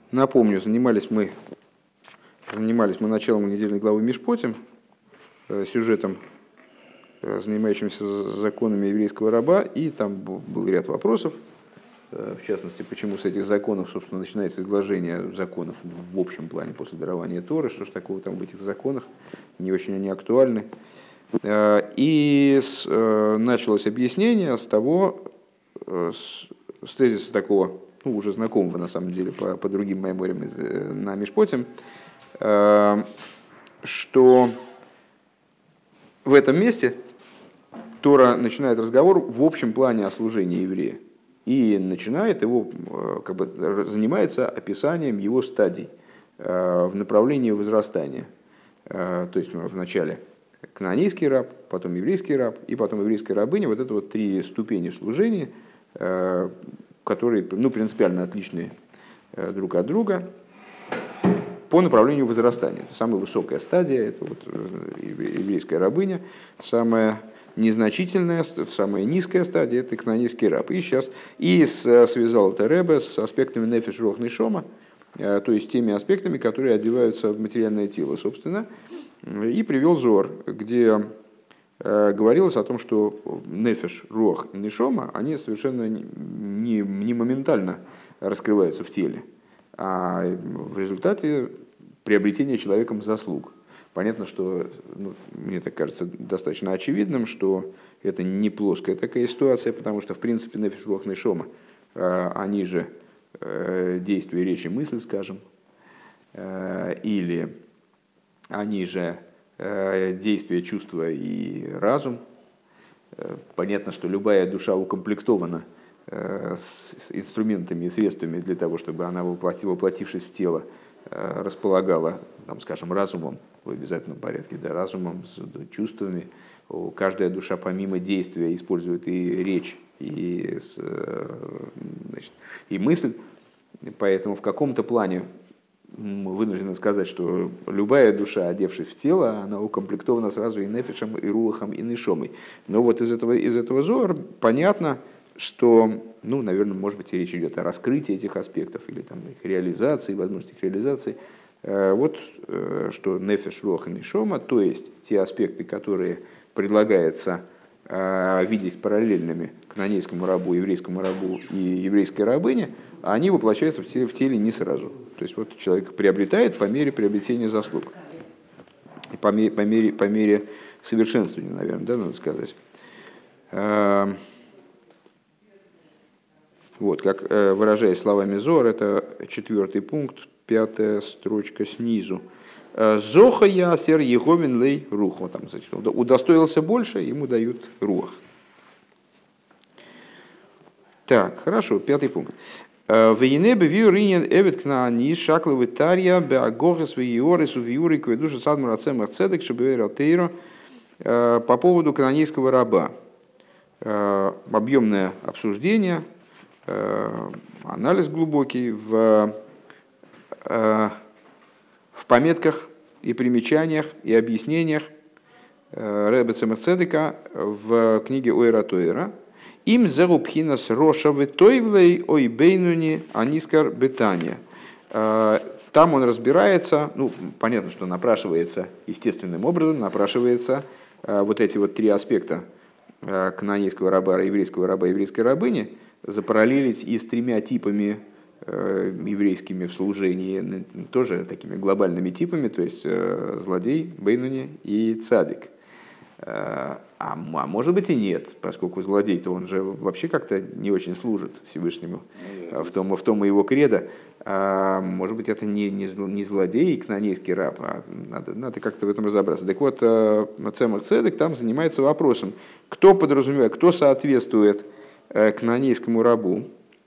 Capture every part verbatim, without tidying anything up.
Напомню, занимались мы, занимались мы началом недельной главы Мишпотим, сюжетом, занимающимся законами еврейского раба, и там был ряд вопросов, в частности, почему с этих законов, собственно, начинается изложение законов в общем плане после дарования Торы, что же такого там в этих законах, не очень они актуальны. И с, началось объяснение с того, с, с тезиса такого, ну, уже знакомого на самом деле по, по другим майморям на Мишпотим, что в этом месте Тора начинает разговор в общем плане о служении еврея. И начинает его, как бы, занимается описанием его стадий в направлении возрастания. То есть вначале кнаанейский раб, потом еврейский раб и потом еврейская рабыня. Вот это вот три ступени в служении, которые, ну, принципиально отличные друг от друга по направлению возрастания. Самая высокая стадия — это вот еврейская рабыня, самая незначительная, самая низкая стадия — это кнаанейский раб. И сейчас и связал это Ребе с аспектами нефеш руах нешома, то есть теми аспектами, которые одеваются в материальное тело, собственно, и привел Зоар, где говорилось о том, что нефеш, руах и нешома, они совершенно не, не моментально раскрываются в теле, а в результате приобретения человеком заслуг. Понятно, что, ну, мне так кажется достаточно очевидным, что это не плоская такая ситуация, потому что, в принципе, нефеш, руах, нешома, они же действия, речи, мысли, скажем, или они же действия, чувства и разум. Понятно, что любая душа укомплектована с инструментами и средствами для того, чтобы она, воплотившись в тело, располагала, там, скажем, разумом в обязательном порядке, да, разумом, с чувствами. Каждая душа помимо действия использует и речь, и, значит, и мысль. Поэтому в каком-то плане вынуждены сказать, что любая душа, одевшись в тело, она укомплектована сразу и нефешем, и руахом, и нешомой. Но вот из этого, из этого Зоар понятно, что, ну, наверное, может быть, речь идет о раскрытии этих аспектов, или там, их реализации, возможности их реализации. Вот что нефеш, руах и нешома, то есть те аспекты, которые предлагается видеть параллельными кнаанейскому рабу, еврейскому рабу и еврейской рабыне, они воплощаются в теле, в теле не сразу. То есть вот человек приобретает по мере приобретения заслуг. И по мере, по мере, по мере совершенствования, наверное, да, надо сказать. Вот, как выражаясь словами Зоар, это четвертый пункт, пятая строчка снизу. Зоха ясер еговин лей рух. Вот там, значит, удостоился больше, ему дают рух. Так, хорошо, пятый пункт. Вейне бевью ринен эвет кнаани шакловы тарья беагохес вейорис увиури кведуша садмар ацемах цедек шебевер алтейро. По поводу кнаанейского раба. Объемное обсуждение, анализ глубокий в, в пометках и примечаниях и объяснениях Ребе Цемах Цедека в книге Ойра Тойра. Им зарубхинас рошавы тойвлей ой бейнуни анискар бетания. Там он разбирается, ну, понятно, что напрашивается естественным образом, напрашивается вот эти вот три аспекта кнаанейского раба, еврейского раба, еврейской рабыни запараллелить и с тремя типами еврейскими в служении, тоже такими глобальными типами, то есть злодей, бейнуни и цадик. А, а может быть и нет, поскольку злодей-то он же вообще как-то не очень служит Всевышнему, в том, в том и его кредо. А может быть это не, не, не злодей, кнаанейский раб, а надо, надо как-то в этом разобраться. Так вот, Цемах Цедек там занимается вопросом, кто подразумевает, кто соответствует кнаанейскому рабу,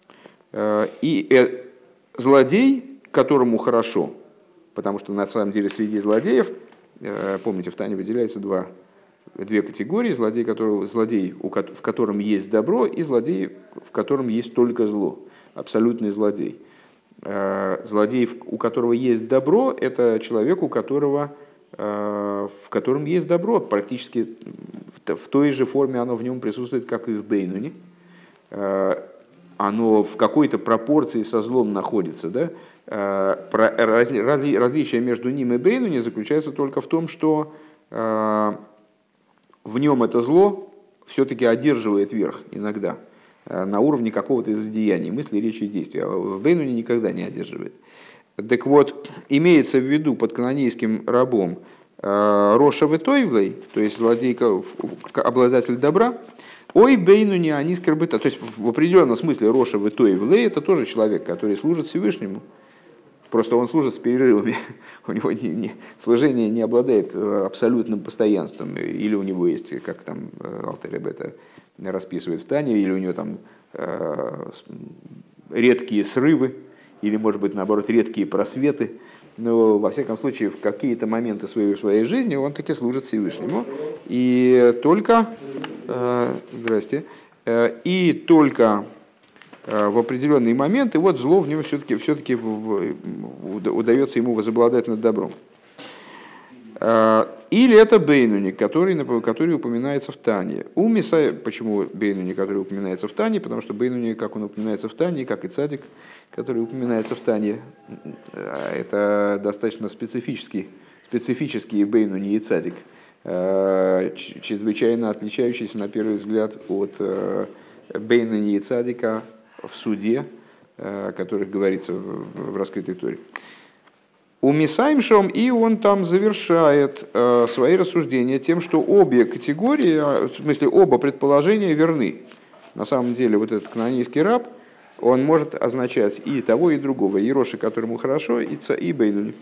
и злодей, которому хорошо, потому что на самом деле среди злодеев, помните, в Тане выделяется два, две категории: злодей, которого, злодей, в котором есть добро, и злодей, в котором есть только зло, абсолютный злодей. Злодей, у которого есть добро, это человек, у которого, в котором есть добро, практически в той же форме оно в нем присутствует, как и в бейнуне. Оно в какой-то пропорции со злом находится, да? Различие между ним и Бейнуни заключается только в том, что в нем это зло все-таки одерживает верх иногда на уровне какого-то из деяний, мысли, речи и действий, а в Бейнуни никогда не одерживает. Так вот, имеется в виду под канонейским рабом Роша Ветойвлей, то есть злодей, обладатель добра, ой Бейнуни, они скорбыта. То есть в определенном смысле Роша Ветойвлей это тоже человек, который служит Всевышнему. Просто он служит с перерывами. У него не, не, служение не обладает абсолютным постоянством. Или у него есть, как там Алтер Ребе это расписывает в Тане, или у него там э, редкие срывы, или, может быть, наоборот, редкие просветы. Но, во всяком случае, в какие-то моменты своей, своей жизни он таки служит Всевышнему. И только, э, здрасте, э, и только э, в определенные моменты вот зло в нем все-таки, все-таки в, в, удается ему возобладать над добром. Э, или это Бейнуни, который, который упоминается в Тане. У Мисая, почему Бейнуни, который упоминается в Тане? Потому что Бейнуни, как он упоминается в Тане, как и Цадик, который упоминается в Тане, это достаточно специфический, специфические Бейнуни и Цадик, чрезвычайно отличающиеся на первый взгляд от Бейнуни и Цадика в суде, о которых говорится в раскрытой Торе. У Мисаимшом, и он там завершает свои рассуждения тем, что обе категории, в смысле оба предположения верны. На самом деле вот этот канонейский раб, он может означать и того, и другого. И Роши, которому хорошо, и, и Бейнуни.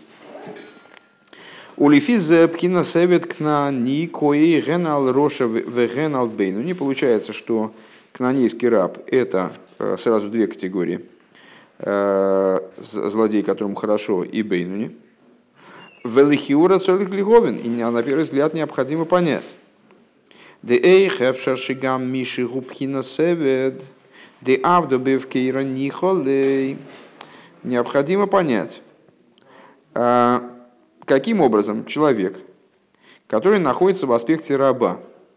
Улифиз пхина севет кнани кои генал Роша в генал Бейнуни. Получается, что канонейский раб – это сразу две категории. Злодей, которому хорошо, и Бейнуни. Велихиура цолик лиговин. И на первый взгляд необходимо понять. Де эй хевшар шигам миши губхина севет. Де авдо бевкейра нихолей. Необходимо понять, каким образом человек, который находится в аспекте раба.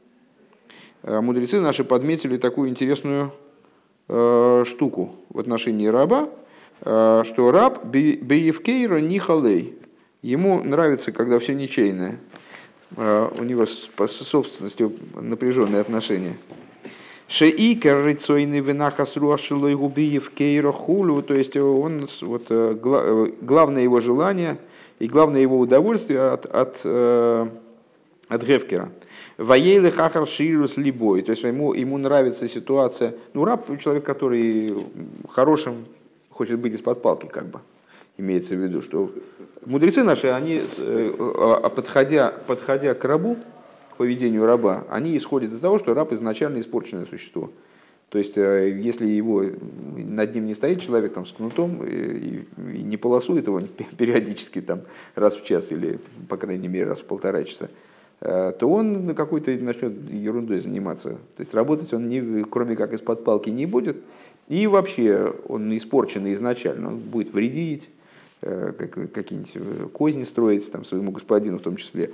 Мудрецы наши подметили такую интересную штуку в отношении раба, что раб бевкейра нихолей. Ему нравится, когда все ничейное. У него с собственностью напряженные отношения. Шеикер рыцойный винахас руашилой губиев кейро хулю, то есть он вот главное его желание и главное его удовольствие от от от Гефкера. Ваейлы хахар ширус либой, то есть ему ему нравится ситуация. Ну раб человек, который хорошим хочет быть из-под палки, как бы имеется в виду, что мудрецы наши, они подходя подходя к рабу, поведению раба, они исходят из того, что раб изначально испорченное существо. То есть, если его, над ним не стоит человек там, с кнутом и, и не полосует его периодически там, раз в час или, по крайней мере, раз в полтора часа, то он какой-то начнет ерундой заниматься. То есть, работать он, не, кроме как из-под палки, не будет. И вообще, он испорченный изначально. Он будет вредить, как, какие-нибудь козни строить там, своему господину в том числе.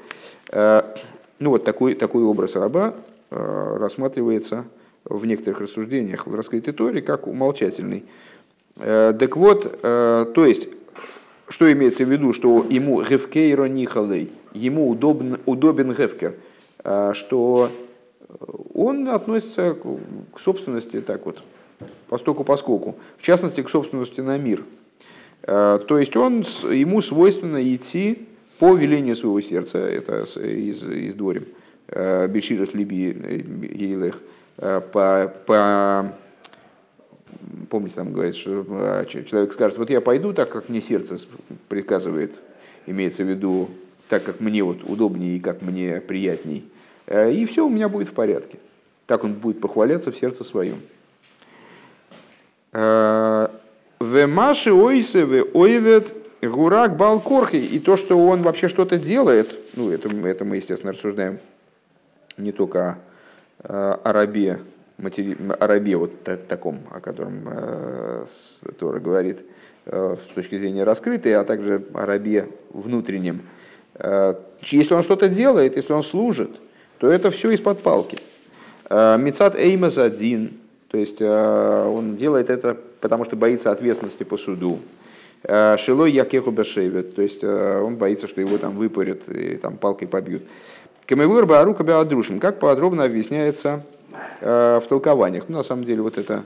Ну вот такой, такой образ раба э, рассматривается в некоторых рассуждениях в раскрытой Торе как умолчательный. Э, так вот, э, то есть, что имеется в виду, что ему гефкейро нихалей, ему удобен, удобен гефкер, э, что он относится к, к собственности так вот, постоку-поскоку, в частности, к собственности на мир. Э, то есть, он, ему свойственно идти по велению своего сердца, это из, из Дворим, Беширас Либи Ейлех, по, по, помните, там говорится, что человек скажет, вот я пойду так, как мне сердце приказывает, имеется в виду, так, как мне вот удобнее и как мне приятней, и все у меня будет в порядке. Так он будет похваляться в сердце своем. Вемаши ойсеве ойвет Гурак Балкорхи, и то, что он вообще что-то делает, ну, это, это мы, естественно, рассуждаем не только о, о рабе, матери, о рабе вот таком, о котором э, Тора говорит э, с точки зрения раскрытой, а также о рабе внутреннем. Э, если он что-то делает, если он служит, то это все из-под палки. Мицат эймаз один, то есть э, он делает это, потому что боится ответственности по суду. Шилой якеху бешевет, то есть он боится, что его там выпарят и там палкой побьют. Камевур баарука беадрушим, как подробно объясняется в толкованиях. Ну, на самом деле, вот эта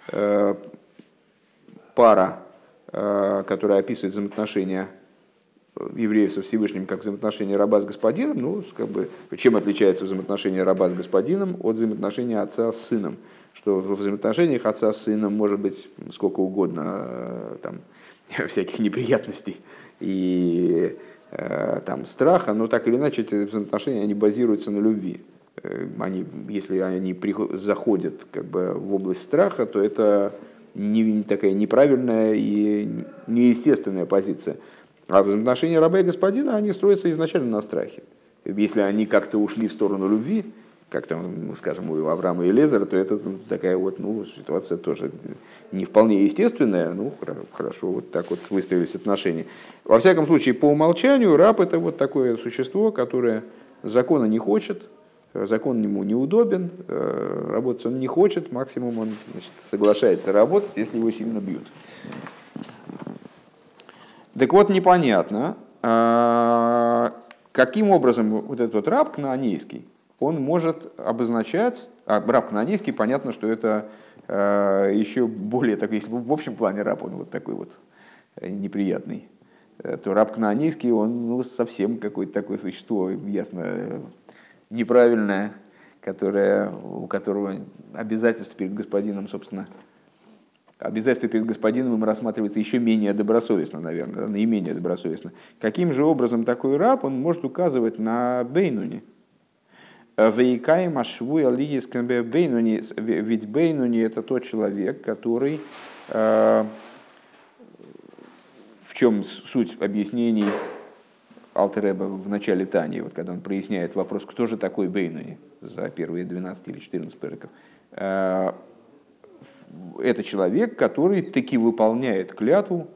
пара, которая описывает взаимоотношения евреев со Всевышним как взаимоотношения раба с господином, ну, как бы, чем отличается взаимоотношение раба с господином от взаимоотношения отца с сыном? Что во взаимоотношениях отца с сыном может быть сколько угодно там, всяких неприятностей и э, там, страха, но так или иначе эти взаимоотношения они базируются на любви. Они, если они приход, заходят как бы, в область страха, то это не, такая неправильная и неестественная позиция. А взаимоотношения раба и господина, они строятся изначально на страхе. Если они как-то ушли в сторону любви, как там, скажем, у Авраама и Элиэзера, то это такая вот ну, ситуация тоже не вполне естественная. Ну, хорошо, вот так вот выстроились отношения. Во всяком случае, по умолчанию раб это вот такое существо, которое закона не хочет, закон ему неудобен, работать он не хочет, максимум он значит, соглашается работать, если его сильно бьют. Так вот, непонятно, каким образом вот этот вот раб кнаанейский, он может обозначать, а раб кнаанейский, понятно, что это еще более, так, если в общем плане раб, он вот такой вот неприятный, то раб кнаанейский, он ну, совсем какое-то такое существо, ясно, неправильное, которое, у которого обязательство перед господином, собственно, обязательство перед господином им рассматривается еще менее добросовестно, наверное, наименее добросовестно. Каким же образом такой раб, он может указывать на бейнуни? Вейкаем ашвуй алиес бейнуни, ведь бейнуни это тот человек, который, в чем суть объяснений Алтер Ребе в начале Тани, вот когда он проясняет вопрос, кто же такой бейнуни за первые двенадцать или четырнадцать переков. Это человек, который таки выполняет клятву,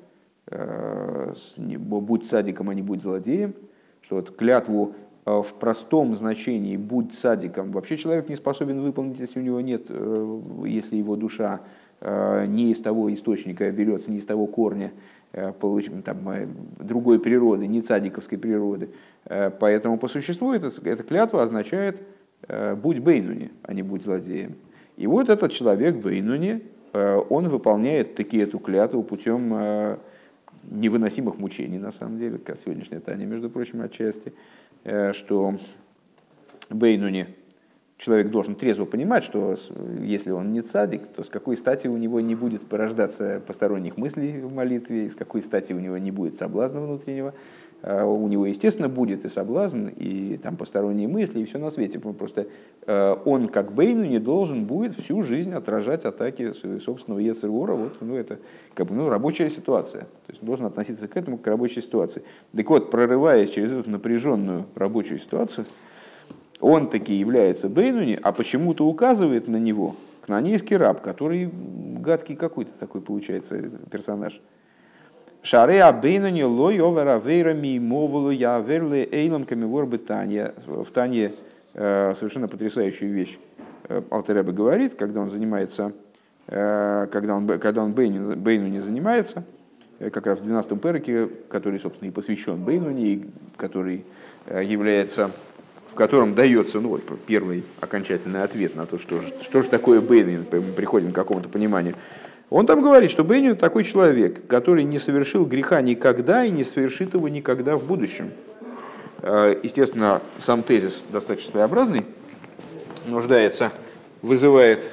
будь садиком, а не будь злодеем, что вот клятву в простом значении будь садиком вообще человек не способен выполнить, если у него нет, если его душа не из того источника берется, не из того корня, получим, там, другой природы, не цадиковской природы. Поэтому по существу эта, эта клятва означает будь бейнуни, а не будь злодеем. И вот этот человек бейнуни, он выполняет таки эту клятву путем невыносимых мучений, на самом деле, как сегодняшняя Таня, между прочим, отчасти, что бейнуни, человек должен трезво понимать, что если он не цадик, то с какой стати у него не будет порождаться посторонних мыслей в молитве, с какой стати у него не будет соблазна внутреннего. У него, естественно, будет и соблазн, и там посторонние мысли, и все на свете. Просто он, как бейнуни, должен будет всю жизнь отражать атаки собственного йецер гара. Вот, ну, это как бы, ну, рабочая ситуация. То есть он должен относиться к этому, к рабочей ситуации. Так вот, прорываясь через эту напряженную рабочую ситуацию, он таки является бейнуни, а почему-то указывает на него кнаанейский раб, который гадкий какой-то такой получается персонаж. Шареа бейнуни лой овера вейрами мовулу я верле эйлом камевор бы Тане. В Тане совершенно потрясающую вещь Алтер Ребе говорит, когда он занимается, когда он, когда он бейнуни занимается, как раз в двенадцатом переке, который, собственно, и посвящен бейнуни, который является, в котором дается ну, вот, первый окончательный ответ на то, что же, что же такое бейнуни, мы приходим к какому-то пониманию. Он там говорит, что бейнуни такой человек, который не совершил греха никогда и не совершит его никогда в будущем. Естественно, сам тезис достаточно своеобразный, нуждается, вызывает,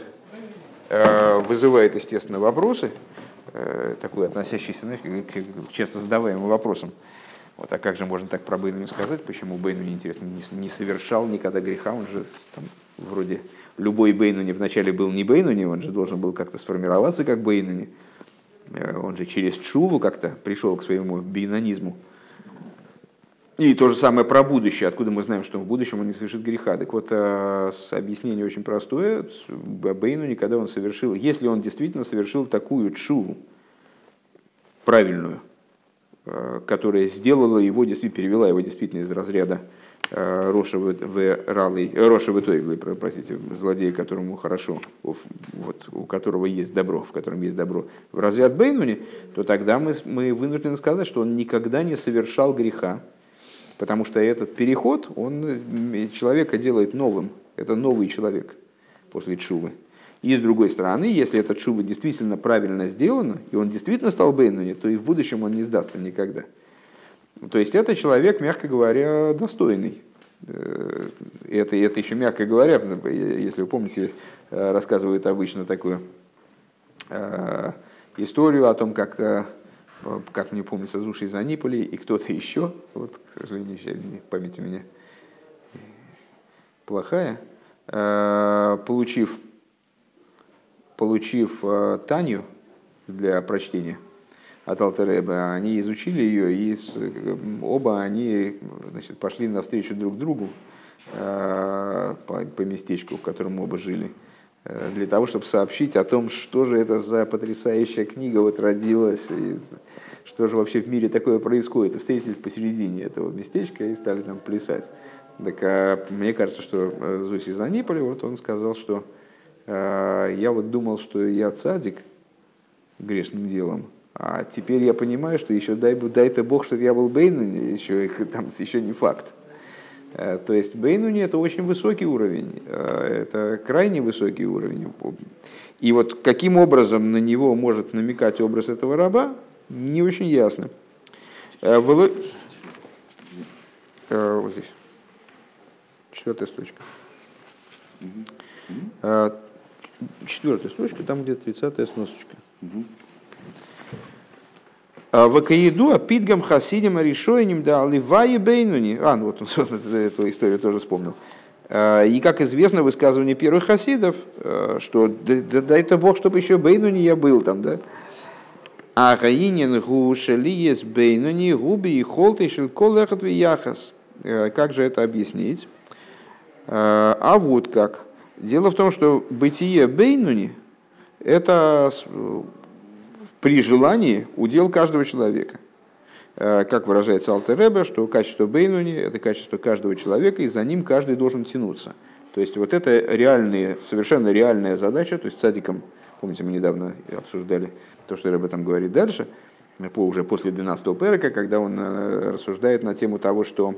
вызывает естественно, вопросы, такой относящийся знаешь, к часто задаваемым вопросам. Вот, а как же можно так про бейнуни сказать, почему бейнуни, интересно, не, не совершал никогда греха, он же там, вроде любой бейнуни вначале был не бейнуни, он же должен был как-то сформироваться как бейнуни, он же через тшуву как-то пришел к своему бейнонизму. И то же самое про будущее, откуда мы знаем, что в будущем он не совершит греха. Так вот, объяснение очень простое, бейнуни, когда он совершил, если он действительно совершил такую тшуву, правильную, которая сделала его, перевела его действительно из разряда Роша в Ралый, Роша в Итоге, простите, злодей, которому хорошо, вот, у которого есть добро, в котором есть добро, в разряд Бейнуни, то тогда мы, мы вынуждены сказать, что он никогда не совершал греха, потому что этот переход, он человека делает новым, это новый человек после тшувы. И с другой стороны, если эта тшува действительно правильно сделана, и он действительно стал Бейнуни, то и в будущем он не сдастся никогда. То есть это человек, мягко говоря, достойный. Это, это еще мягко говоря, если вы помните, рассказывают обычно такую э, историю о том, как, э, как мне помнится, Зуши из Аниполи и кто-то еще, вот, к сожалению, память у меня плохая, э, получив, получив э, Танью для прочтения от Алтер Ребе, они изучили ее, и оба они, значит, пошли навстречу друг другу э, по, по местечку, в котором оба жили, э, для того, чтобы сообщить о том, что же это за потрясающая книга вот родилась, и что же вообще в мире такое происходит. И встретились посередине этого местечка и стали там плясать. Так, а мне кажется, что Зуси из Аниполи, вот он сказал, что э, я вот думал, что я цадик грешным делом, а теперь я понимаю, что еще дай, дай-то Бог, чтобы я был Бейнуни, еще, там, еще не факт. То есть Бейнуни — это очень высокий уровень, это крайне высокий уровень. И вот каким образом на него может намекать образ этого раба, не очень ясно. Вот здесь. Четвертая строчка. Четвертая строчка, там где тридцатая сносочка. Вакаиду, а питгам хасидим решойним да аливае бейнуни. А, ну вот он эту историю тоже вспомнил. И, как известно, высказывание первых хасидов, что дай-то Бог, чтобы еще бейнуни я был там, да? А гаинин гу шелиес бейнуни губи и холты шелкол эхат вияхас. Как же это объяснить? А вот как. Дело в том, что бытие бейнуни — это при желании удел каждого человека. Как выражается Алтер Ребе, что качество бейнуни — это качество каждого человека, и за ним каждый должен тянуться. То есть вот это реальные, совершенно реальная задача. То есть цадиком, помните, мы недавно обсуждали то, что Ребе там говорит дальше, уже после двенадцатого перека, когда он рассуждает на тему того, что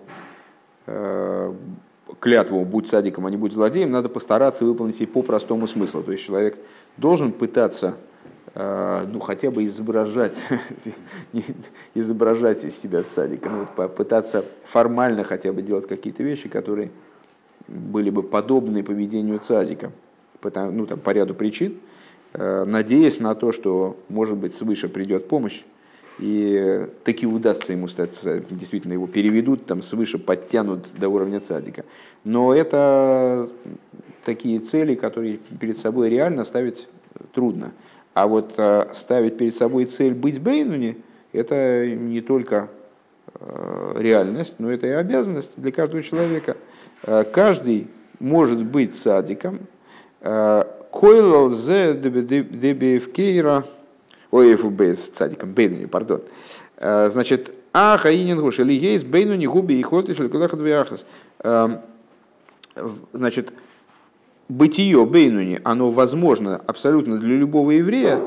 клятву «будь цадиком, а не будь злодеем» надо постараться выполнить и по простому смыслу. То есть человек должен пытаться ну, хотя бы изображать, изображать из себя цадика, ну, вот попытаться формально хотя бы делать какие-то вещи, которые были бы подобны поведению цадика, потому, ну, там, по ряду причин, надеясь на то, что, может быть, свыше придет помощь, и таки удастся ему стать, действительно его переведут, там, свыше подтянут до уровня цадика. Но это такие цели, которые перед собой реально ставить трудно. А вот э, ставить перед собой цель быть бейнуни — это не только э, реальность, но это и обязанность для каждого человека. Э, каждый может быть цадиком. Койлал зе дебевкейра, ой, фбс цадиком бейнуни, пардон. Э, значит, а хаинин гуш или есть бейнуни губи и хот или куда хадвиахас. Значит, бытие бейнуни, оно возможно абсолютно для любого еврея,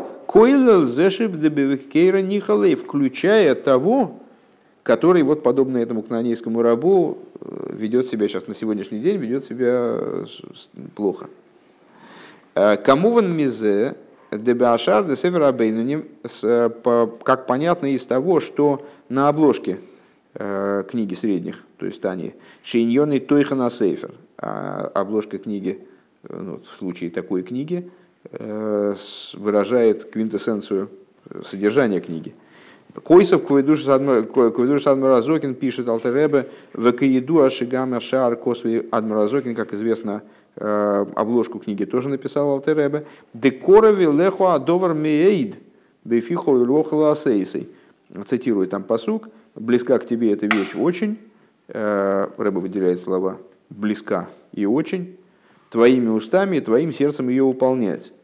включая того, который, вот, подобно этому кнаанейскому рабу, ведет себя сейчас на сегодняшний день, ведет себя плохо. Кому ван мизе дебеашар де севера бейнуни, как понятно из того, что на обложке книги средних, то есть Тани, шейньоны тойхана сейфер, обложка книги, ну, в случае такой книги, выражает квинтэссенцию содержания книги. Койсов Квайдуш Адмаразокин пишет Алтер Ребе «Векаиду ашигам ашар косви Адмаразокин», как известно, обложку книги тоже написал Алтер Ребе. «Декорови леху адовар меэйд бефихо лохала асейсей». Цитирую там пасук: «Близка к тебе эта вещь очень». Ребе выделяет слова «близка» и «очень». Твоими устами и твоим сердцем ее выполнять.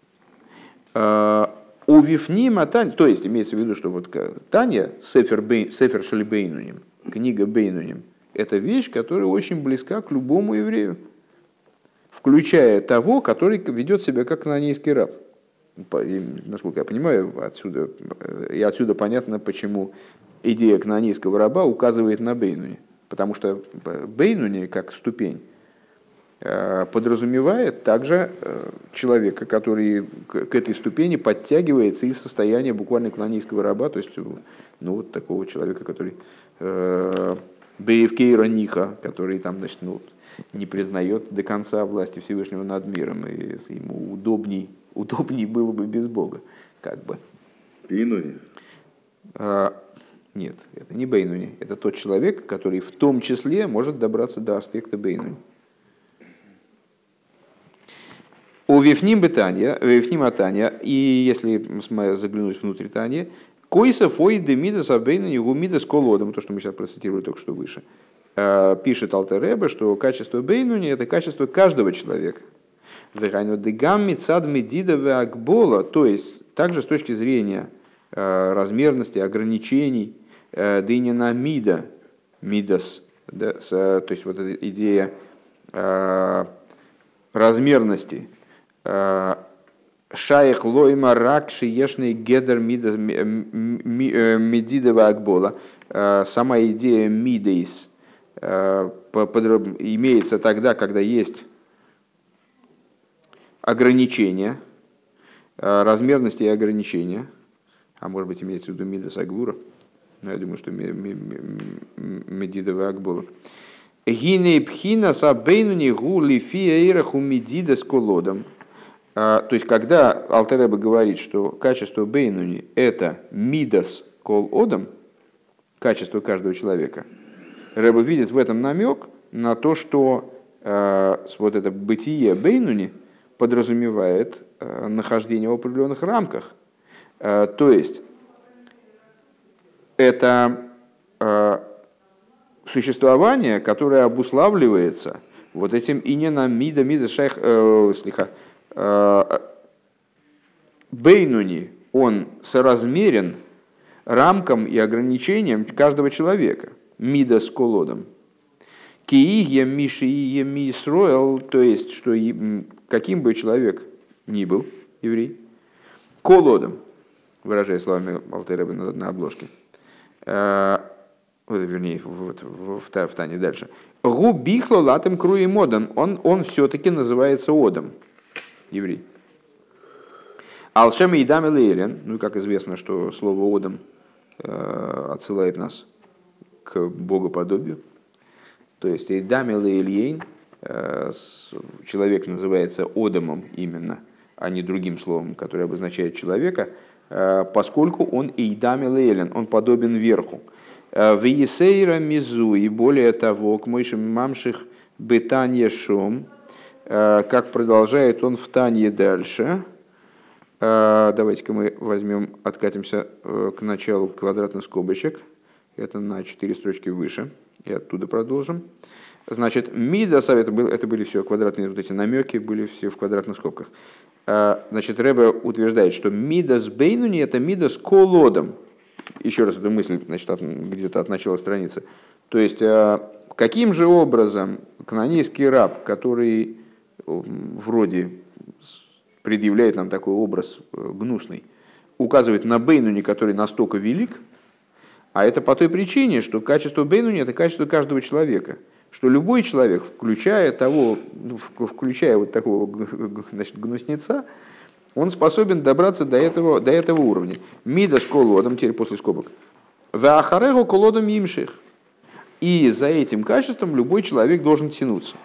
У Вифнима Тань, то есть имеется в виду, что вот Таня, Сефер, Бей, Сефер Шали Бейнуним, книга Бейнуним, это вещь, которая очень близка к любому еврею, включая того, который ведет себя как канонейский раб. И, насколько я понимаю, отсюда, и отсюда понятно, почему идея канонейского раба указывает на Бейнуни. Потому что Бейнуни, как ступень, подразумевает также человека, который к этой ступени подтягивается из состояния буквально канонейского раба, то есть ну, вот такого человека, который Бейвкейра Ниха, который там, значит, ну, не признает до конца власти Всевышнего над миром, и ему удобней, удобней было бы без Бога, как бы. Бейнуни? А, нет, это не Бейнуни, это тот человек, который в том числе может добраться до аспекта Бейнуни. У Вифним Бетанья, Вифним Атанья, и если заглянуть внутрь Танья, Койса фой демидас абейнуни гумидас колодом, то, что мы сейчас процитировали только что выше, пишет Алтер Ребе, что качество бейнуни — это качество каждого человека. То есть, также с точки зрения размерности, ограничений, дынина мида, мидас, да, то есть вот эта идея размерности, шаях лойма рак шиешный гедер медидова акбола. Сама идея мидейс имеется тогда, когда есть ограничения, размерности и ограничения, а может быть имеется в виду мидас акбура, но я думаю, что медидова акбола. Гиней пхина сабейнуни гули фиэйраху медидас колодом. То есть, когда Алтер Ребе говорит, что качество бейнуни — это мидас кол одам, качество каждого человека, Ребе видит в этом намек на то, что э, вот это бытие бейнуни подразумевает э, нахождение в определенных рамках. Э, то есть, это э, существование, которое обуславливается вот этим иньяном мида, мида шайх, э, слиха, Бейнуни, он соразмерен рамкам и ограничениям каждого человека. Мида с колодом. Киие миши и мисроэл, то есть, что каким бы человек ни был, еврей, колодом, выражая словами Алтер Ребе на, на обложке, э, вернее, вот, в, в, в Тане дальше. Губихло латем круи модом, он, он все-таки называется одом. Еврей. Алшем и Идам Элейлен, ну, как известно, что слово «одам» э, отсылает нас к богоподобию. То есть Идам Элейлен, э, человек называется одамом именно, а не другим словом, которое обозначает человека, э, поскольку он Идам Элейлен, он подобен верху. В Есейра Мизу, и более того, к Мойшем Мамших Бетанье Шом, как продолжает он в Танье дальше. Давайте-ка мы возьмем, откатимся к началу квадратных скобочек. Это на четыре строчки выше. И оттуда продолжим. Значит, мида совета, это были все квадратные вот эти намеки, были все в квадратных скобках. Значит, Ребе утверждает, что мида с бейнуни — это мида с колодом. Еще раз эту мысль, значит, от, где-то от начала страницы. То есть, каким же образом канонейский раб, который вроде предъявляет нам такой образ гнусный, указывает на бейнуни, который настолько велик, а это по той причине, что качество бейнуни — это качество каждого человека, что любой человек, включая того, включая вот такого, значит, гнуснеца, он способен добраться до этого, до этого уровня. Мида с колодом, теперь после скобок. Ваахарегу колодом имших. И за этим качеством любой человек должен тянуться.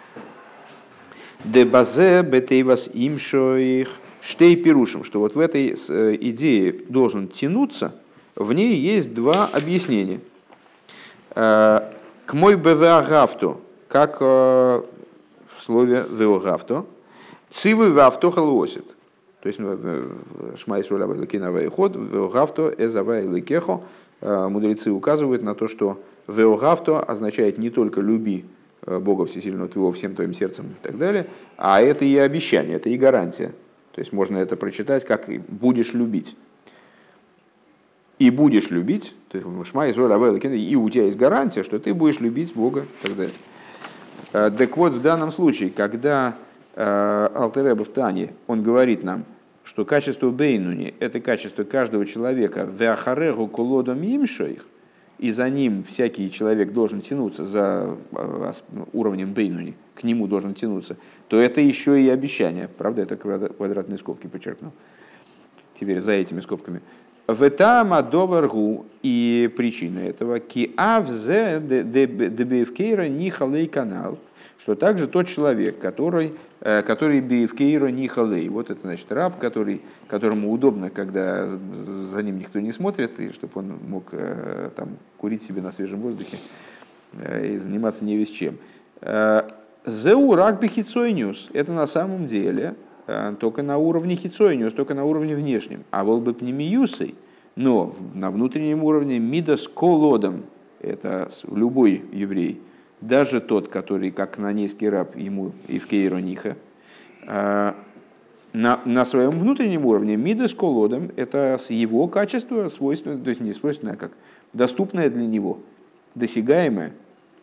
Дебазе бетейвас имшоих штей пирушим, что вот в этой идее должен тянуться, в ней есть два объяснения. К мой бевеагавто, как в слове веогавто, цивы вавто халосит. То есть шмай сруля вайлакинавай ход, веогавто эзавай ликехо. Мудрецы указывают на то, что веогавто означает не только люби Бога Всесильного твоего всем твоим сердцем и так далее, а это и обещание, это и гарантия. То есть можно это прочитать как «будешь любить». и будешь любить, то есть Шма Исроэль Авай Элокейну, и у тебя есть гарантия, что ты будешь любить Бога и так далее. Так вот, в данном случае, когда Алтер Ребе в Тане, он говорит нам, что качество бейнуни – это качество каждого человека, веахарегу колодом имшоих, и за ним всякий человек должен тянуться, за уровнем бейнуни, к нему должен тянуться, то это еще и обещание. Правда, это квадратные скобки подчеркнул. Теперь за этими скобками. Ветама доваргу, и причина этого ки авзе дебевкейра нихалей канал, что также тот человек, который, который бевкейра нихалей, вот это значит раб, который, которому удобно, когда за ним никто не смотрит, и чтобы он мог там курить себе на свежем воздухе и заниматься не весь чем. Зеу рак бихицойниус, это на самом деле только на уровне хицойниус, только на уровне внешнем. А вол бы пнемиюсой, но на внутреннем уровне мидас колодом, это любой еврей, даже тот, который как кананейский раб ему и в кейрониха, на, на своем внутреннем уровне мидас колодом, это его качество свойственное, то есть не свойственное, а как доступное для него, досягаемое.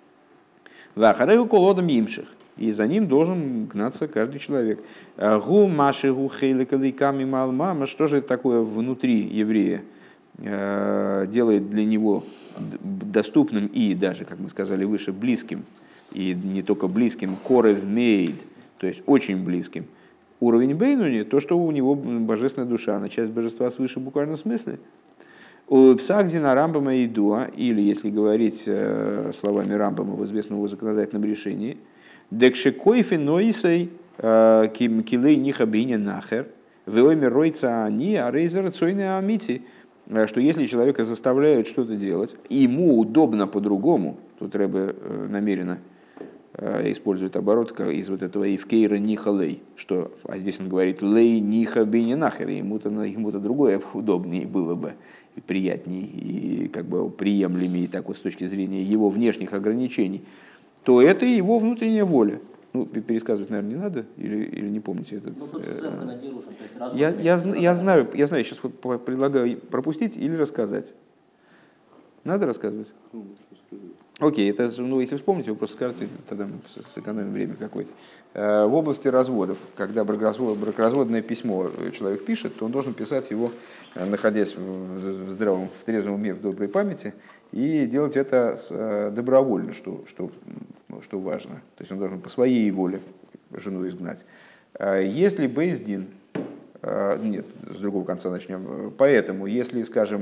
Вахарею колодом имших. И за ним должен гнаться каждый человек. Гу маши гу хейликаликами малмама. Что же это такое внутри еврея делает для него доступным и даже, как мы сказали выше, близким, и не только близким, корев мейд, то есть очень близким. Уровень бейнуни, то, что у него божественная душа, она часть божества свыше в буквальном смысле. У Псахдина Рамбама и Дуа, или, если говорить словами Рамбама в известном его законодательном решении, Декшекойфи ноисей килей нихабиня нахер, веомер ройца они, а рейзер цойны амити, что если человека заставляют что-то делать, и ему удобно по-другому, тут Ребе намеренно использует оборот из вот этого «ивкейра ниха лей», что, а здесь он говорит «лей ниха биня нахер», ему-то, ему-то другое удобнее было бы, и приятнее, и как бы приемлемее так вот с точки зрения его внешних ограничений, то это его внутренняя воля. Ну, пересказывать, наверное, не надо, или, или не помните этот. Ну, тут э, я, я, я знаю, я знаю, сейчас предлагаю пропустить или рассказать. Надо рассказывать? Ну, окей, это, ну, если вспомните, вы просто скажете, тогда мы сэкономим время какое-то. В области разводов, когда бракоразводное письмо человек пишет, то он должен писать его, находясь в здравом, в трезвом уме, в доброй памяти, и делать это добровольно, что, что, что важно. То есть он должен по своей воле жену изгнать. Если бейс-дин, нет, с другого конца начнем. Поэтому, если, скажем,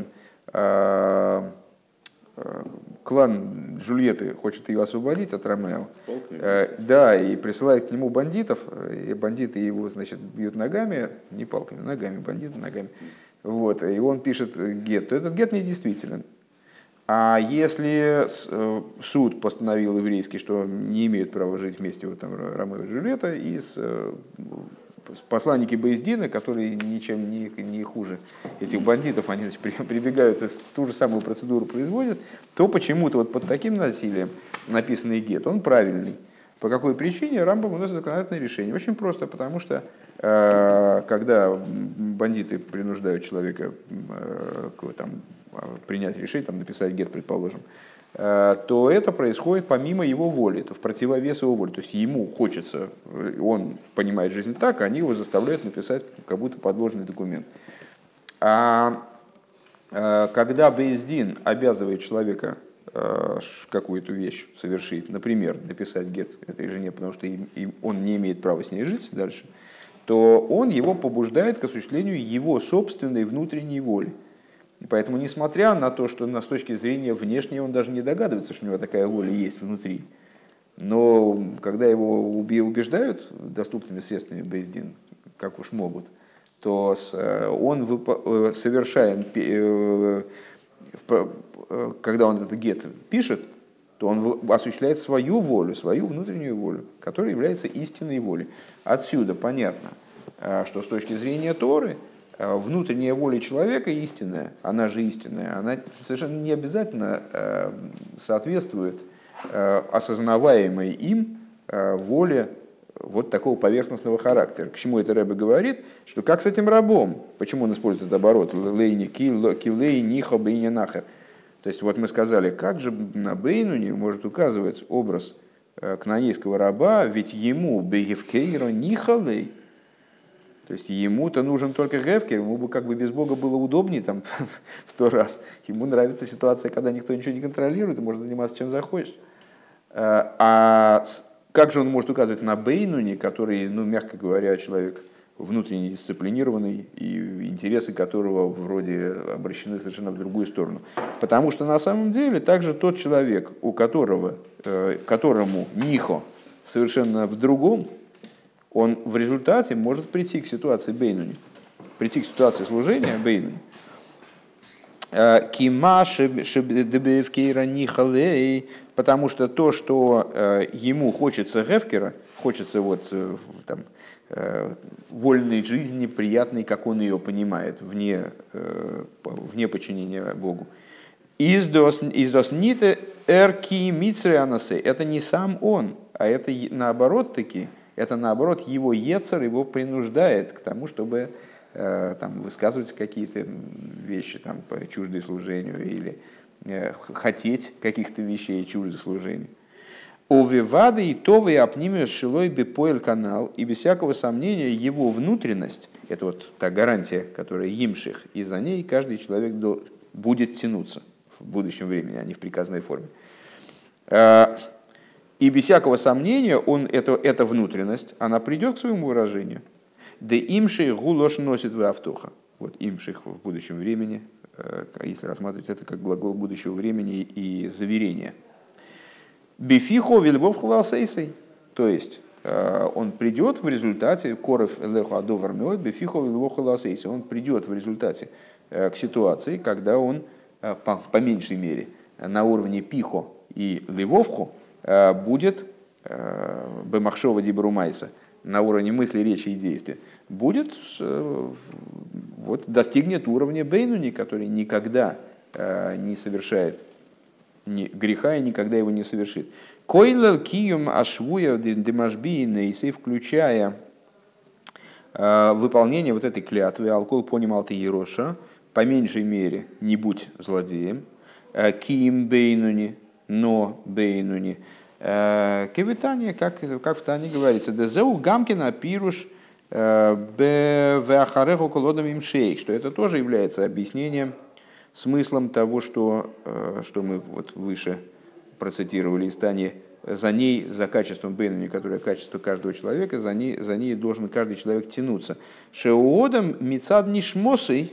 клан Джульетты хочет ее освободить от Ромео, э, да, и присылает к нему бандитов, и бандиты его, значит, бьют ногами, не палками, ногами, бандиты ногами, вот, и он пишет гет, то этот гет недействителен. А если суд постановил еврейский, что не имеют права жить вместе, вот там Ромео и Джульетта, и с, посланники Бейздина, которые ничем не, не хуже этих бандитов, они, значит, прибегают и ту же самую процедуру производят, то почему-то вот под таким насилием написанный гет, он правильный. По какой причине? Рамбам выносит законодательное решение. Очень просто, потому что э, когда бандиты принуждают человека э, там, принять решение, там, написать гет, предположим, то это происходит помимо его воли, это в противовес его воли. То есть ему хочется, он понимает жизнь так, они его заставляют написать как будто подложный документ. А когда бейс-дин обязывает человека какую-то вещь совершить, например, написать гет этой жене, потому что он не имеет права с ней жить дальше, то он его побуждает к осуществлению его собственной внутренней воли. И поэтому, несмотря на то, что с точки зрения внешней он даже не догадывается, что у него такая воля есть внутри, но когда его убеждают доступными средствами бейс-дин, как уж могут, то он совершает, когда он этот гет пишет, то он осуществляет свою волю, свою внутреннюю волю, которая является истинной волей. Отсюда понятно, что с точки зрения Торы, внутренняя воля человека истинная, она же истинная, она совершенно не обязательно соответствует осознаваемой им воле вот такого поверхностного характера. К чему это Ребе говорит? Что как с этим рабом? Почему он использует этот оборот? Лейни килей нихо бейни нахер. То есть вот мы сказали, как же на Бейнуне может указывать образ кнаанейского раба, ведь ему бейгевкейро нихалей. То есть ему-то нужен только гевкер, ему бы как бы без Бога было удобнее там в сто раз. Ему нравится ситуация, когда никто ничего не контролирует, и может заниматься чем захочешь. А как же он может указывать на Бейнуне, который, ну, мягко говоря, человек внутренне дисциплинированный, и интересы которого вроде обращены совершенно в другую сторону? Потому что на самом деле также тот человек, у которого, которому нихо совершенно в другом, он в результате может прийти к ситуации Бейнуни, прийти к ситуации служения Бейнуни. Потому что то, что ему хочется гефкера, хочется вот, там, вольной жизни, приятной, как он ее понимает, вне, вне подчинения Богу. Издос ните эрки мицреанасе. Это не сам он, а это наоборот таки, это наоборот его ецер его принуждает к тому, чтобы там, высказывать какие-то вещи там, чуждые служению или э, хотеть каких-то вещей чуждых служению. Овивады и товы апнимиус шилой бепоэль канал, и без всякого сомнения его внутренность, это вот та гарантия, которая имших, и за ней каждый человек до, будет тянуться в будущем времени, а не в приказной форме. И без всякого сомнения он, это, эта внутренность, она придет к своему выражению. Да имших гулош носит в автоха. Вот имших в будущем времени, если рассматривать это как глагол будущего времени и заверения. Бифихо вильбов хласейсей. То есть он придет в результате, коров элеху адовармет, бифихо вильбов хласейсей. Он придет в результате к ситуации, когда он, по, по меньшей мере, на уровне пихо и левовху будет бемахшова дибрумайса, на уровне мысли, речи и действия, будет, вот, достигнет уровня Бейнуни, который никогда не совершает греха и никогда его не совершит. Койлел киюм ашвуя демашби нейсей, включая выполнение вот этой клятвы, алкол поним алты ероша, по меньшей мере, не будь злодеем, киим Бейнуни, но Бейнуни, кевитания, как, как в Тане говорится, дезеу гамкина пируш беахареху колодом имшейк, что это тоже является объяснением, смыслом того, что, что мы вот выше процитировали из Тани, за ней, за качеством Бейнуни, которое качество каждого человека, за ней, за ней должен каждый человек тянуться. Шеуодам мицад нишмосой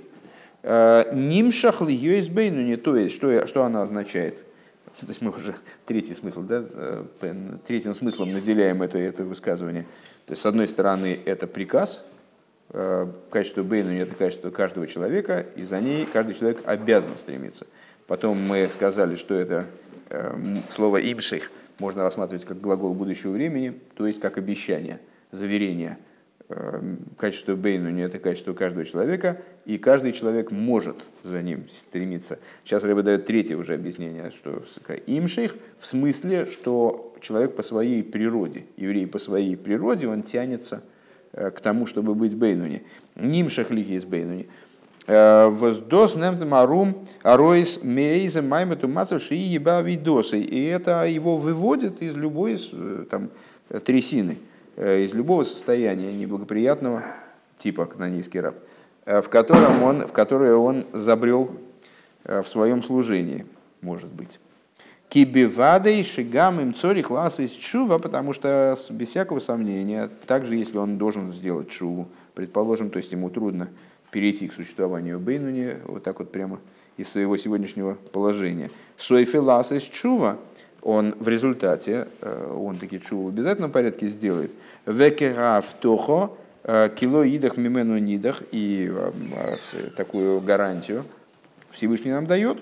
нимшах льёйс Бейнуни, то есть, что, что она означает? То есть мы уже третий смысл, да, третьим смыслом наделяем это, это высказывание. То есть, с одной стороны, это приказ, качество Бейнуни – это качество каждого человека, и за ней каждый человек обязан стремиться. Потом мы сказали, что это слово «имших» можно рассматривать как глагол будущего времени, то есть как обещание, заверение. Качество Бейнуни – это качество каждого человека, и каждый человек может за ним стремиться. Сейчас Ребе дает третье уже объяснение, что имших в смысле, что человек по своей природе, еврей по своей природе, он тянется к тому, чтобы быть Бейнуни. Нимших лихи из Бейнуни. Воздос немтем арум ароис мейзе маймету мацев шии еба видосы. И это его выводит из любой там, трясины, из любого состояния неблагоприятного типа кнаанейский раб, в котором он, в которое он забрел в своем служении, может быть. Кибивадей шигам им цори класс из чува, потому что без всякого сомнения, также если он должен сделать чуву, предположим, то есть ему трудно перейти к существованию Бейнуни вот так вот прямо из своего сегодняшнего положения. Сойфилас из чува, он в результате, он таки чуву в обязательном порядке сделает. Векераф тохо, кило идах мимену нидах, и такую гарантию Всевышний нам дает,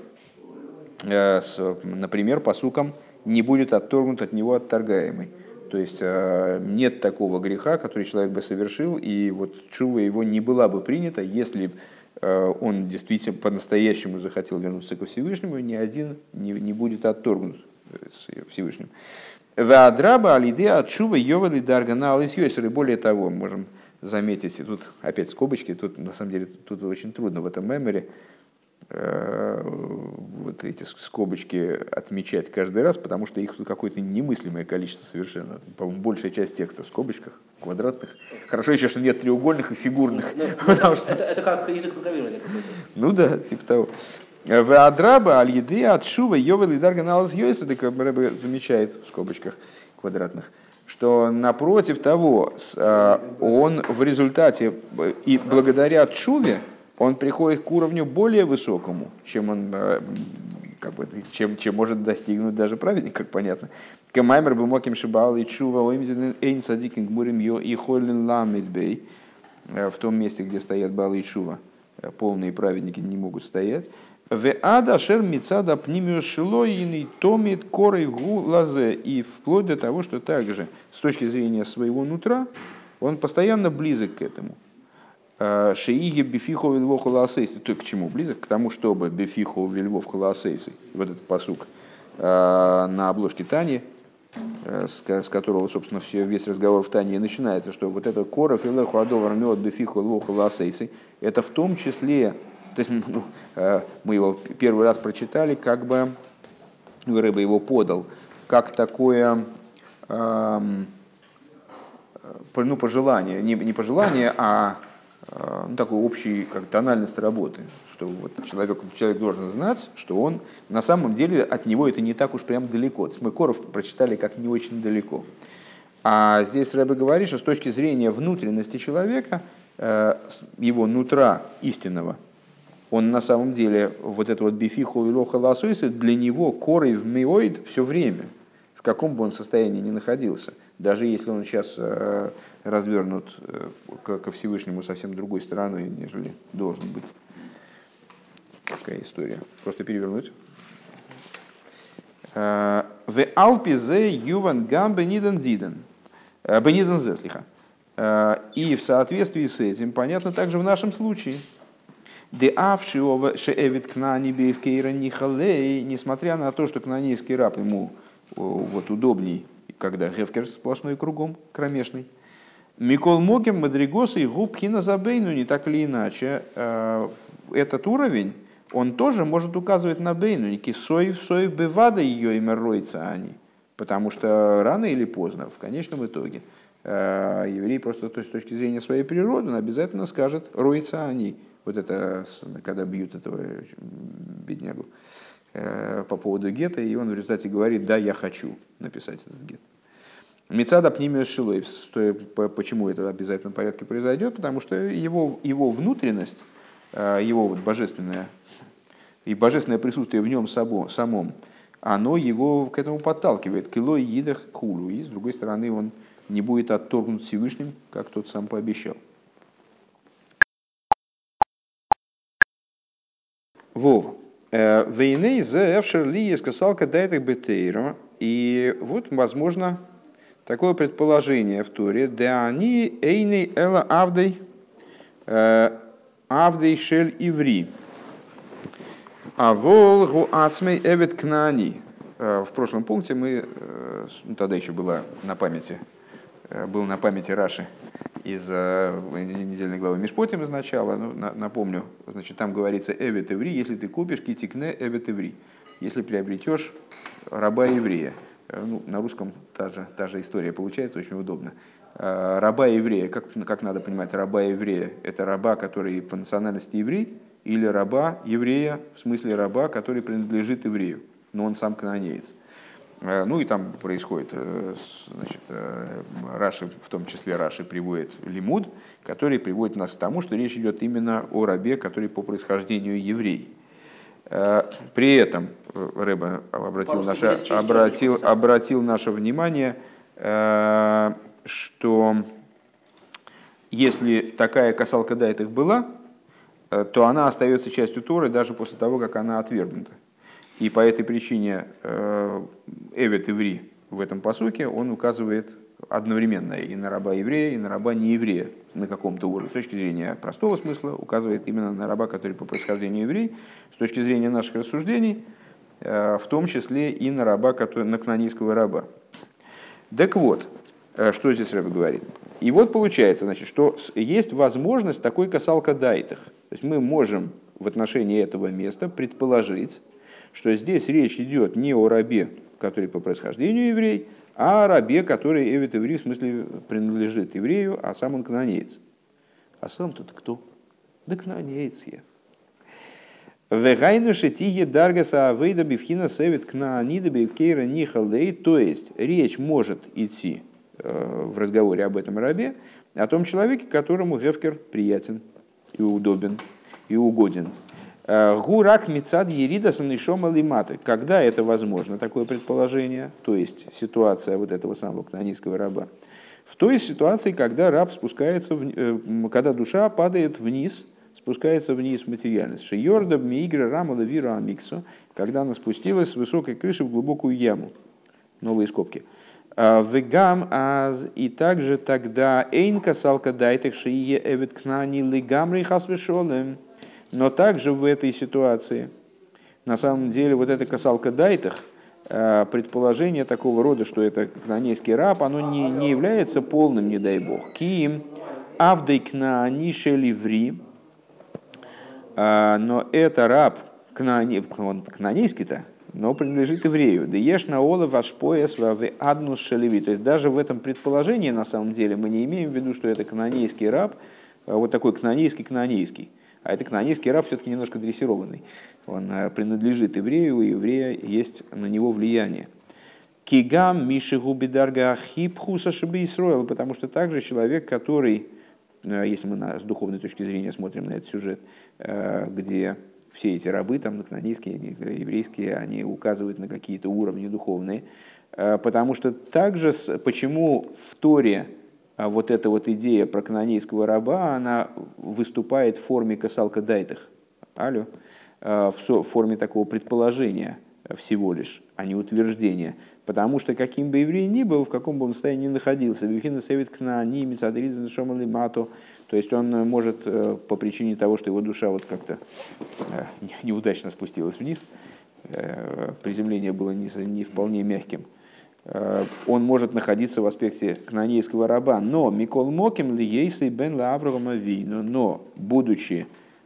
например, пасуком не будет отторгнут от него отторгаемый. То есть нет такого греха, который человек бы совершил, и вот чува его не была бы принята, если он действительно по-настоящему захотел вернуться ко Всевышнему, ни один не, не будет отторгнут Всевышним. Веадраба алиде отшува йовали дарганал из йойсер. И более того, можем заметить, и тут опять скобочки, тут на самом деле тут очень трудно в этом меморе вот эти скобочки отмечать каждый раз, потому что их тут какое-то немыслимое количество совершенно. По-моему, большая часть текста в скобочках, квадратных. Хорошо еще, что нет треугольных и фигурных. Ну, потому это, что... это, это как язык программирования какой-то. Ну да, типа того. Веадраба аль-еды отшува йовел и дарганал йойса, так Рэбе замечает в скобочках квадратных, что напротив того, он в результате и благодаря тшуве он приходит к уровню более высокому, чем он как бы, чем, чем может достигнуть даже праведник, как понятно. Камаймер бы моким шибал и чува оимзен эйн садикин гмурим йо и хойлен ламидбей, в том месте, где стоят балы и чува, полные праведники не могут стоять. В ада шер мицада пнимиус шилоиный томит корой гу лазе, и вплоть до того, что также с точки зрения своего нутра он постоянно близок к этому. Шеиги бифиху вельвов холоасейсы. То к чему близок? К тому, чтобы бифиху вельвов холоасейсы, вот этот пасук на обложке Тани, с которого, собственно, все, весь разговор в Тане начинается, что вот это кора филеху адовар мед бифиху вельвов холоасейсы, это в том числе, то есть ну, мы его первый раз прочитали, как бы Рэбе его подал, как такое ну, пожелание, не, не пожелание, а ну, такой общий как тональность работы, что вот человек, человек должен знать, что он на самом деле от него это не так уж прям далеко. То есть мы Коров прочитали как не очень далеко. А здесь Рэбе говорит, что с точки зрения внутренности человека, его нутра истинного, он на самом деле, вот это вот бифиху и лоха ласойсы, для него корой в миоид все время, в каком бы он состоянии ни находился. Даже если он сейчас развернут ко Всевышнему совсем другой стороной, нежели должен быть. Такая история. Просто перевернуть. В Алпизе Юван Гам Бениден Диден. Бениден Зеслиха. И в соответствии с этим, понятно, также в нашем случае. Несмотря на то, что кнаанейский раб ему вот, удобней, когда гефкер сплошной кругом, кромешный. Микол Могем, Мадригоса и Губхина Забейну, не так или иначе, этот уровень, он тоже может указывать на Бейну, кисоев, соев, бевада ее имя роется они. Потому что рано или поздно, в конечном итоге, еврей просто то есть, с точки зрения своей природы, он обязательно скажет роется они. Вот это, когда бьют этого беднягу по поводу гетто, и он в результате говорит, да, я хочу написать этот гет. Мицада пнимиус шилоев. Почему это в обязательном порядке произойдет? Потому что его, его внутренность, его вот божественное и божественное присутствие в нем самом, оно его к этому подталкивает. Кило едах хулу. И с другой стороны, он не будет отторгнут Всевышним, как тот сам пообещал. Вов. Вейней зе эфшер ли сказалка дайтах бетейра. И вот, возможно, такое предположение в Торе. Да они эйней эла авдей авдей шель иври. А волгу ацмей эвет кнани. В прошлом пункте мы, ну, тогда еще была на памяти, был на памяти Раши из недельной главы Мишпотим изначала. Ну, напомню, значит, там говорится эвет иври, если ты купишь китикне эвет иври, если приобретешь раба еврея. Ну, на русском та же, та же история получается, очень удобно. Раба еврея, как, как надо понимать, раба еврея, это раба, который по национальности еврей, или раба еврея, в смысле раба, который принадлежит еврею, но он сам кнаанеец. Ну и там происходит, значит, Раши, в том числе Раши приводит лимуд, который приводит нас к тому, что речь идет именно о рабе, который по происхождению еврей. При этом Рэбе обратил наше, обратил, обратил наше внимание, что если такая касалка дайтых была, то она остается частью Торы даже после того, как она отвергнута. И по этой причине Эвет Иври в этом пасуке он указывает одновременно и на раба еврея, и на раба нееврея на каком-то уровне. С точки зрения простого смысла указывает именно на раба, который по происхождению еврей. С точки зрения наших рассуждений, в том числе и на раба, который, на кнаанейского раба. Так вот, что здесь Рэбе говорит? И вот получается, значит, что есть возможность такой касалка дайтах. То есть мы можем в отношении этого места предположить, что здесь речь идет не о рабе, который по происхождению еврей, а о рабе, который эвет еврей, в смысле принадлежит еврею, а сам он кнаанеец. А сам-то кто? Да кнаанеец я. Вегайну шетиге даргаса авейда бифхина севет кнаанида бифкейра нихалей. То есть речь может идти в разговоре об этом рабе о том человеке, которому гефкер приятен и удобен и угоден. Гурак мицад ерида санишома лиматы. Когда это возможно, такое предположение, то есть ситуация вот этого самого кнаанейского раба, в той ситуации, когда раб спускается, в, когда душа падает вниз, спускается вниз в материальность. Шиорда миигра рамала вира амиксу, когда она спустилась с высокой крыши в глубокую яму. Новые скобки. Вегам аз и также тогда эйнка салка дайтек шие эвет кнани лигамри хасвешолем. Но также в этой ситуации, на самом деле, вот эта касалка дайтах, предположение такого рода, что это кнаанейский раб, оно не, не является полным, не дай бог. Киим авдей кнаани шеливри, но это раб, кнаани, он кнаанейский-то, но принадлежит еврею. Дееш на олов ашпоэс ваве аднус шеливи. То есть даже в этом предположении, на самом деле, мы не имеем в виду, что это кнаанейский раб, вот такой кнаанейский-кнаанейский. А это кнаанейский раб все-таки немножко дрессированный. Он принадлежит еврею, и у еврея есть на него влияние. Кигам мишигу бидарга хипхуса шиби Исроэл, потому что также человек, который, если мы с духовной точки зрения смотрим на этот сюжет, где все эти рабы, там, кнаанейские, еврейские, они указывают на какие-то уровни духовные, потому что также, почему в Торе вот эта вот идея про кнаанейского раба, она выступает в форме касалка дайтах, алло, в форме такого предположения всего лишь, а не утверждения. Потому что каким бы еврей ни был, в каком бы он состоянии ни находился, то есть он может по причине того, что его душа вот как-то неудачно спустилась вниз, приземление было не вполне мягким, он может находиться в аспекте кнаанейского раба, но Микол Моким ли ейсей бен ла Авраама Вийну, но будучи,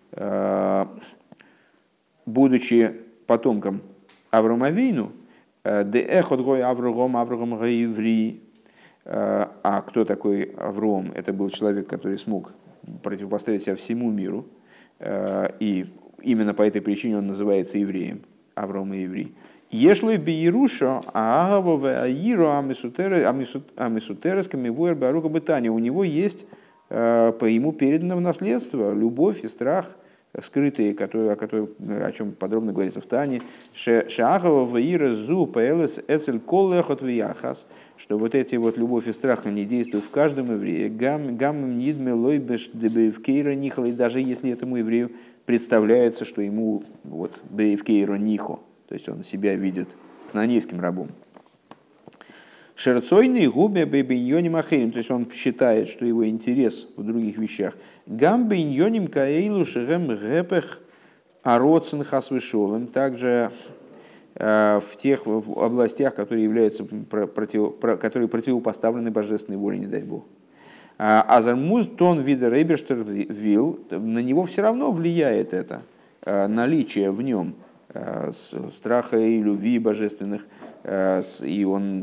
будучи потомком Авраама Вийну, де эхот гой Авраам Авраам гой еврей, а кто такой Авраам? Это был человек, который смог противопоставить себя всему миру, и именно по этой причине он называется евреем, Авраам и еврей. Ешлой биеруша, аагавове аиру амисутерес камивуэр баруха бытания. У него есть по ему передано в наследство любовь и страх, скрытые, которые, о, которых, о чем подробно говорится в Тане. Шаагавове аира зу пэлэс эцель коллэхот вияхас, что вот эти вот любовь и страх, они действуют в каждом еврее. Гам гам нидме лойбеш дебеевкейра нихал, и даже если этому еврею представляется, что ему вот беевкейра нихо, то есть он себя видит кнаанейским рабом. Шерцойный губе бейбиньоним ахерим, то есть он считает, что его интерес в других вещах. Гам бейньоним каэйлу шэгэм гэпэх ароцен хасвешолем, также в тех областях, которые являются против, которые противопоставлены божественной воле, не дай бог. Азармуз тон вида рейберштер вил, на него все равно влияет это наличие в нем страха и любви божественных, и он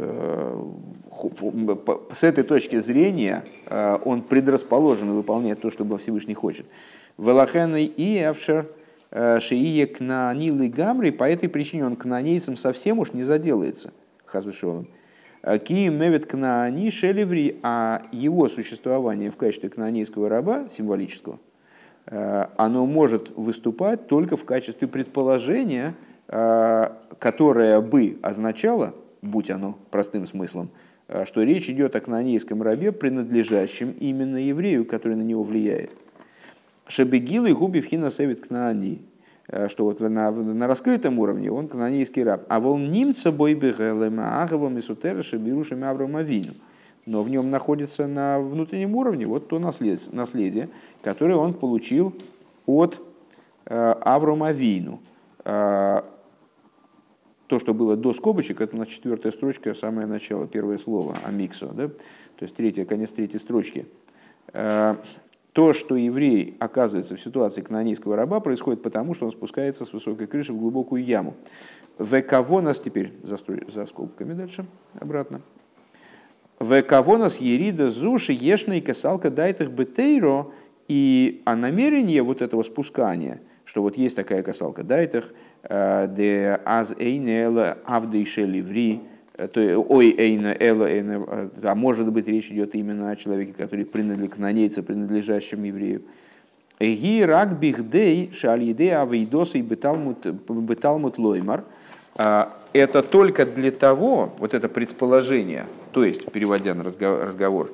с этой точки зрения он предрасположен выполнять то, что Всевышний хочет. Велахенный и авшер шиие кнаанилы гамри, по этой причине он кнаанейцем совсем уж не заделается, хазвешолом. Ки мевет кнаани шелеври, а его существование в качестве кнаанейского раба, символического, оно может выступать только в качестве предположения, которое бы означало, будь оно простым смыслом, что речь идет о кнаанейском рабе, принадлежащем именно еврею, который на него влияет. Шебегил и губи вхина севит кнаани, что вот на, на раскрытом уровне он кнаанейский раб. А вол немца бойбегелема агавом и сутера шебирушами Авраама Вийну. Но в нем находится на внутреннем уровне вот то наследие, наследие которое он получил от э, Авраама Вийну. Э, то то, что было до скобочек, это у нас четвертая строчка, самое начало, первое слово, амиксо, да? То есть третья, конец третьей строчки. То, что еврей оказывается в ситуации кнаанейского раба, происходит потому, что он спускается с высокой крыши в глубокую яму. Векавонас, теперь за, за скобками дальше, обратно. Векавонас ерида зуши ешной касалка дайтых бетейро. И а намерение вот этого спускания, что вот есть такая касалка дайтых, де аз эйнела авдейшели ври, ой эйна эла эйна, а может быть речь идет именно о человеке, который принадлежит кнаанейцу, принадлежащем еврею. Ги рак бихдей шальидей авейдос и беталмут лоймар. Это только для того, вот это предположение, то есть, переводя на разговор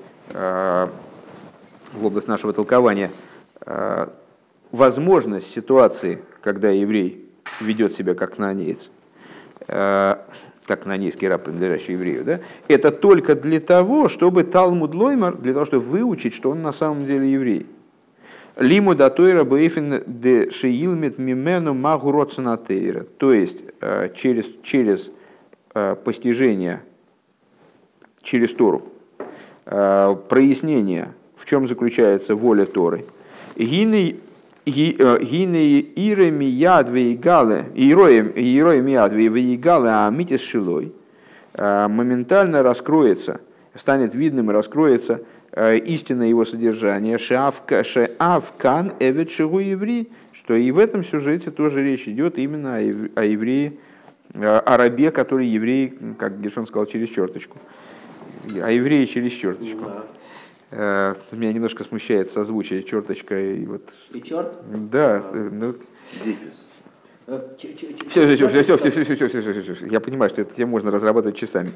в область нашего толкования, возможность ситуации, когда еврей ведет себя как кнаанеец, как кнаанейский раб, принадлежащий еврею, да, это только для того, чтобы Талмуд Лоймар, для того, чтобы выучить, что он на самом деле еврей. Лиму датойра бэйфин де шеилмит мимену магуроцнатейра. То есть через, через постижение, через Тору, прояснение, в чем заключается воля Торы. Гиней ире мияд вейгале, ироем мияд вейгале амитис шилой, моментально раскроется, станет видным и раскроется истинное его содержание, шеавкан эвет шигу еврей, что и в этом сюжете тоже речь идет именно о еврее, о рабе, который еврей, как Гершон сказал, через черточку. О еврее через черточку. Да. Меня немножко смущает созвучие черточка и вот. И черт? Да. Ну... Все, все, все, все, все, все, все, все, все, все. Я понимаю, что эту тему можно разрабатывать часами.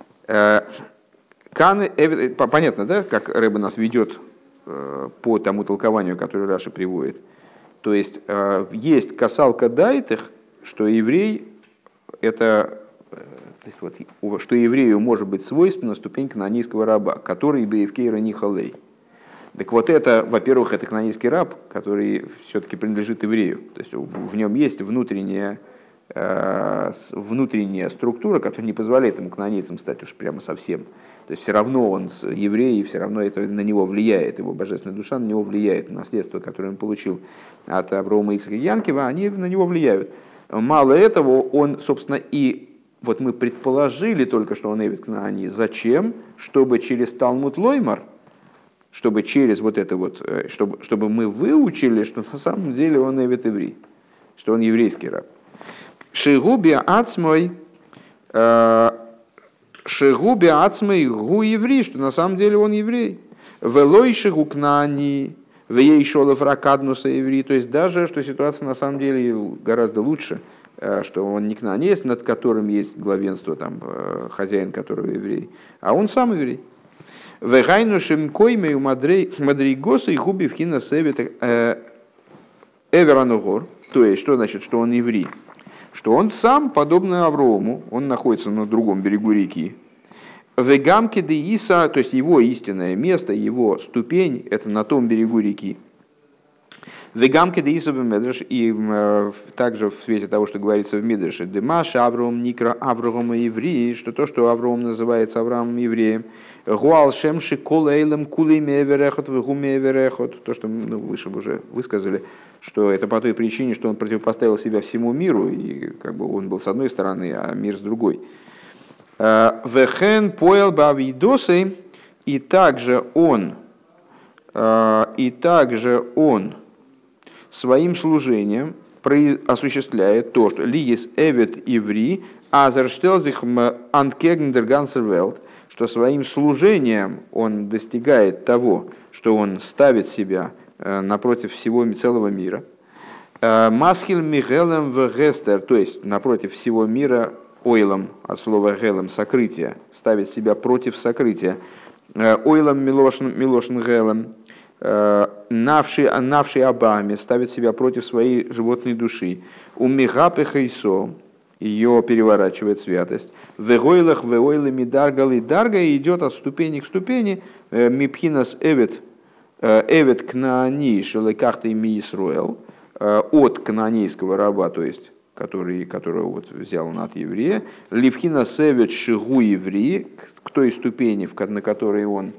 Каны, понятно, да, как Рэбе нас ведет по тому толкованию, которое Раши приводит. То есть есть касалка дайтых, что еврей это. То есть, вот, что еврею может быть свойственна ступень кнаанейского раба, который бейвкейра нихалей. Так вот это, во-первых, это кнаанейский раб, который все-таки принадлежит еврею. То есть в нем есть внутренняя, э, внутренняя структура, которая не позволяет ему кнаанейцам стать уж прямо совсем. То есть все равно он еврей, и все равно это на него влияет, его божественная душа на него влияет, наследство, которое он получил от Аврома, Ицхака и Янкива, они на него влияют. Мало этого, он, собственно, и вот мы предположили только, что он эвид кнаани. Зачем? Чтобы через Талмуд Лоймар, чтобы через вот это вот, чтобы, чтобы мы выучили, что на самом деле он эвид еврей, что он еврейский раб. Шигуби ацмой, шигуби ацмой гу еврей, что на самом деле он еврей. Велой шигу кнаани, вей шолов ракаднуса еврей. То есть даже, что ситуация на самом деле гораздо лучше, что он не кнаанеец, над которым есть главенство, там, хозяин которого еврей, а он сам еврей. Вегайну шимкоймею мадрейгоса и губи вхина севет эверанугор. То есть, что значит, что он еврей? Что он сам, подобно Аврому, он находится на другом берегу реки. Вегамки де Иса, то есть его истинное место, его ступень, это на том берегу реки. Вегамки де Иса в Медреш, и также в свете того, что говорится в Медреше, Демаш Авром Никра Авром еврей, что то, что Авром называется Авраамом евреем, Гуал Шемши Колейлем Кулиме Эверехот Вегуме Эверехот, то, что ну, выше уже высказали, что это по той причине, что он противопоставил себя всему миру, и как бы он был с одной стороны, а мир с другой. Вехен поел бавидосы, и также он, и также он своим служением осуществляет то, что лиес эвет иври, азерштелзих анкегндер гансервелт, что своим служением он достигает того, что он ставит себя напротив всего целого мира. Масхил михелем в гестер, то есть напротив всего мира ойлом, от слова гелем, сокрытие, ставит себя против сокрытия. Ойлом милошн гелем, навший, навший Абаме, ставит себя против своей животной души. У Михапы Хайсо, ее переворачивает святость. В Эгойлах, в Эгойле Мидаргал и Дарга идет от ступени к ступени. Мипхинас Эвет, Эвет Кнаани, Шелекахта и Миисруэл, от кнаанейского раба, то есть который, которого вот взял он от еврея, ливхина севет шигу евреи, к той ступени, на которой он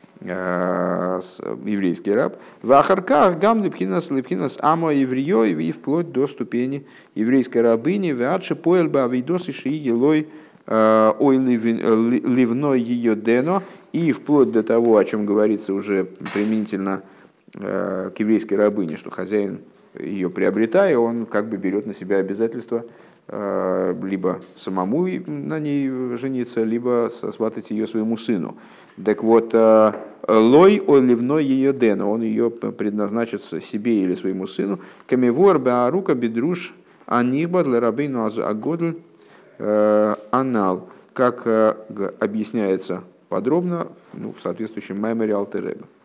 еврейский раб, в ахарках гам липхинас липхинас амо евреё и вплоть до ступени еврейской рабыни, веадши поэльба авидос и шии елой ой ливной ее дено, и вплоть до того, о чем говорится уже применительно к еврейской рабыне, что хозяин ее приобретая, он как бы берет на себя обязательство либо самому на ней жениться, либо сосватать ее своему сыну. Так вот, лой оливной ее дена, он ее предназначит себе или своему сыну. Камевор баарука бедруш анихба для рабейну агодль анал, как объясняется подробно ну, в соответствующем маймере Алтереба.